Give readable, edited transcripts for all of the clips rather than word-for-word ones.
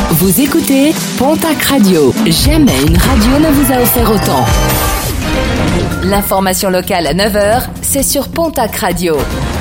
Vous écoutez Pontac Radio. Jamais une radio ne vous a offert autant. L'information locale à 9h, c'est sur Pontac Radio.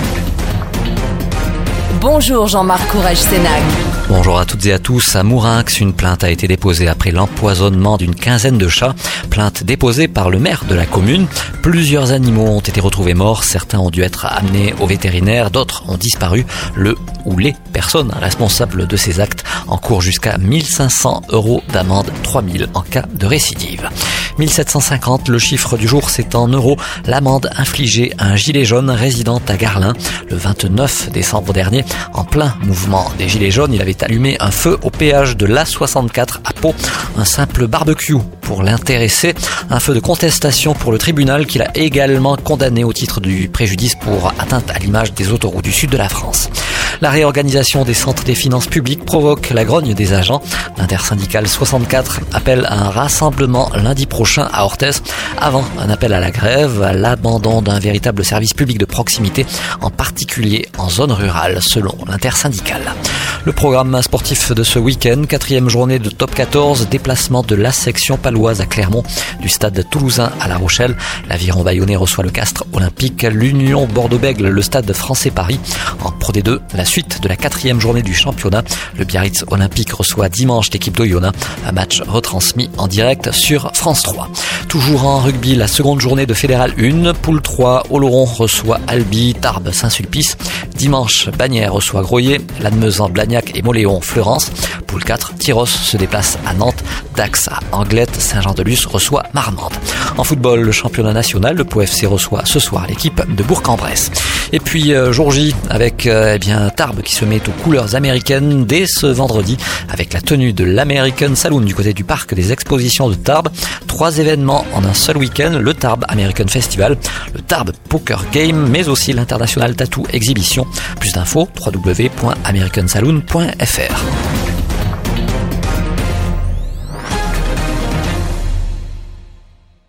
Bonjour Jean-Marc Courage-Sénac. Bonjour à toutes et à tous. À Mourinx, une plainte a été déposée après l'empoisonnement d'une quinzaine de chats. Plainte déposée par le maire de la commune. Plusieurs animaux ont été retrouvés morts. Certains ont dû être amenés au vétérinaire. D'autres ont disparu. Le ou les personnes responsables de ces actes encourent jusqu'à 1 500 € d'amende, 3 000 en cas de récidive. 1 750, le chiffre du jour, c'est en euros. L'amende infligée à un gilet jaune résident à Garlin le 29 décembre dernier. En plein mouvement des gilets jaunes, il avait allumé un feu au péage de l'A64 à Pau. Un simple barbecue pour l'intéresser. Un feu de contestation pour le tribunal qu'il a également condamné au titre du préjudice pour atteinte à l'image des autoroutes du sud de la France. La réorganisation des centres des finances publiques provoque la grogne des agents. L'intersyndicale 64 appelle à un rassemblement lundi prochain à Orthez avant un appel à la grève, à l'abandon d'un véritable service public de proximité, en particulier en zone rurale, selon l'intersyndicale. Le programme sportif de ce week-end, 4e journée de top 14, déplacement de la section paloise à Clermont, du stade toulousain à La Rochelle. L'Aviron Bayonnais reçoit le Castres Olympique, l'Union Bordeaux-Bègles, le stade français Paris. En Pro D2, la suite de la 4e journée du championnat. Le Biarritz Olympique reçoit dimanche l'équipe d'Oyonnax. Un match retransmis en direct sur France 3. Toujours en rugby, la seconde journée de Fédéral 1. Poule 3, Oloron reçoit Albi, Tarbes, Saint-Sulpice. Dimanche, Bagnères reçoit Groyer, Lannemezan, Blagnac et Moléon, Fleurance. Poule 4, Tyros se déplace à Nantes, Dax à Anglette, Saint-Jean-de-Luz reçoit Marmande. En football, le championnat national, le Pau FC reçoit ce soir l'équipe de Bourg-en-Bresse. Et puis jour J avec Tarbes qui se met aux couleurs américaines dès ce vendredi avec la tenue de l'American Saloon du côté du parc des expositions de Tarbes. 3 événements en un seul week-end, le Tarbes American Festival, le Tarbes Poker Game, mais aussi l'International Tattoo Exhibition. Plus d'infos, www.americansaloon.fr.